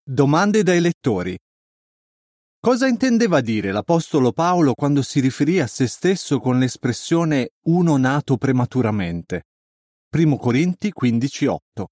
Domande dai lettori. Cosa intendeva dire l'Apostolo Paolo quando si riferì a se stesso con l'espressione uno nato prematuramente? 1 Corinti 15:8.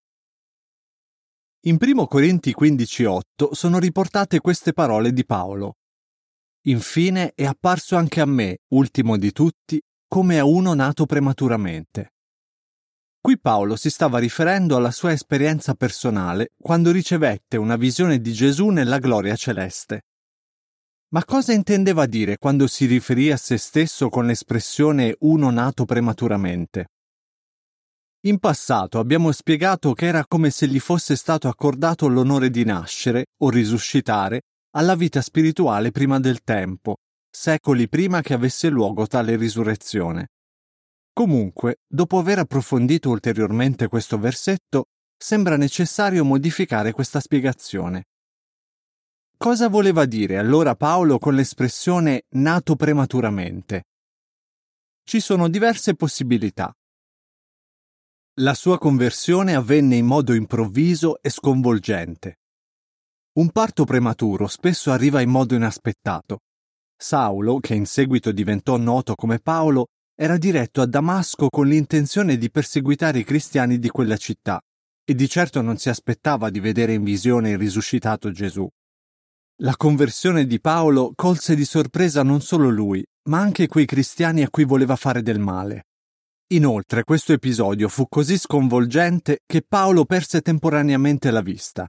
In 1 Corinti 15:8 sono riportate queste parole di Paolo. Infine è apparso anche a me, ultimo di tutti, come a uno nato prematuramente. Qui Paolo si stava riferendo alla sua esperienza personale quando ricevette una visione di Gesù nella gloria celeste. Ma cosa intendeva dire quando si riferì a se stesso con l'espressione uno nato prematuramente? In passato abbiamo spiegato che era come se gli fosse stato accordato l'onore di nascere o risuscitare alla vita spirituale prima del tempo, secoli prima che avesse luogo tale risurrezione. Comunque, dopo aver approfondito ulteriormente questo versetto, sembra necessario modificare questa spiegazione. Cosa voleva dire allora Paolo con l'espressione nato prematuramente? Ci sono diverse possibilità. La sua conversione avvenne in modo improvviso e sconvolgente. Un parto prematuro spesso arriva in modo inaspettato. Saulo, che in seguito diventò noto come Paolo, era diretto a Damasco con l'intenzione di perseguitare i cristiani di quella città e di certo non si aspettava di vedere in visione il risuscitato Gesù. La conversione di Paolo colse di sorpresa non solo lui, ma anche quei cristiani a cui voleva fare del male. Inoltre, questo episodio fu così sconvolgente che Paolo perse temporaneamente la vista.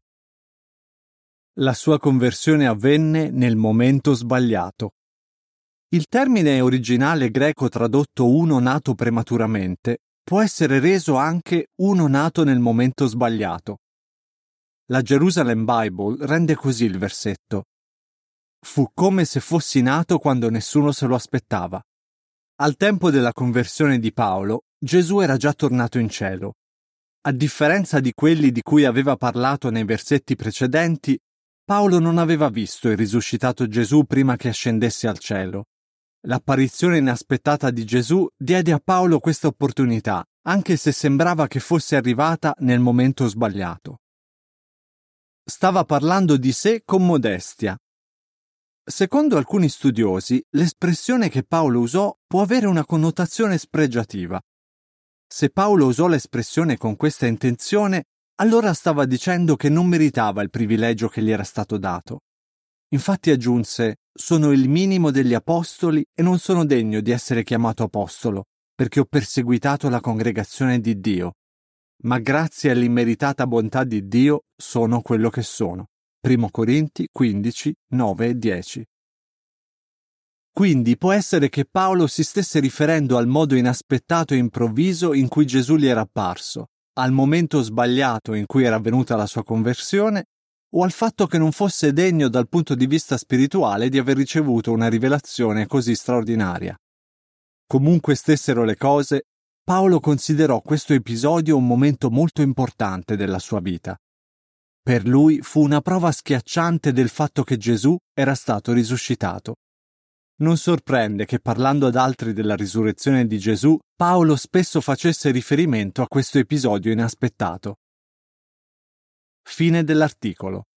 La sua conversione avvenne nel momento sbagliato. Il termine originale greco tradotto uno nato prematuramente può essere reso anche uno nato nel momento sbagliato. La Jerusalem Bible rende così il versetto. Fu come se fossi nato quando nessuno se lo aspettava. Al tempo della conversione di Paolo, Gesù era già tornato in cielo. A differenza di quelli di cui aveva parlato nei versetti precedenti, Paolo non aveva visto il risuscitato Gesù prima che ascendesse al cielo. L'apparizione inaspettata di Gesù diede a Paolo questa opportunità, anche se sembrava che fosse arrivata nel momento sbagliato. Stava parlando di sé con modestia. Secondo alcuni studiosi, l'espressione che Paolo usò può avere una connotazione spregiativa. Se Paolo usò l'espressione con questa intenzione, allora stava dicendo che non meritava il privilegio che gli era stato dato. Infatti aggiunse: «Sono il minimo degli apostoli e non sono degno di essere chiamato apostolo, perché ho perseguitato la congregazione di Dio. Ma grazie all'immeritata bontà di Dio sono quello che sono». 1 Corinti 15, 9 e 10. Quindi può essere che Paolo si stesse riferendo al modo inaspettato e improvviso in cui Gesù gli era apparso, al momento sbagliato in cui era avvenuta la sua conversione, o al fatto che non fosse degno dal punto di vista spirituale di aver ricevuto una rivelazione così straordinaria. Comunque stessero le cose, Paolo considerò questo episodio un momento molto importante della sua vita. Per lui fu una prova schiacciante del fatto che Gesù era stato risuscitato. Non sorprende che parlando ad altri della risurrezione di Gesù, Paolo spesso facesse riferimento a questo episodio inaspettato. Fine dell'articolo.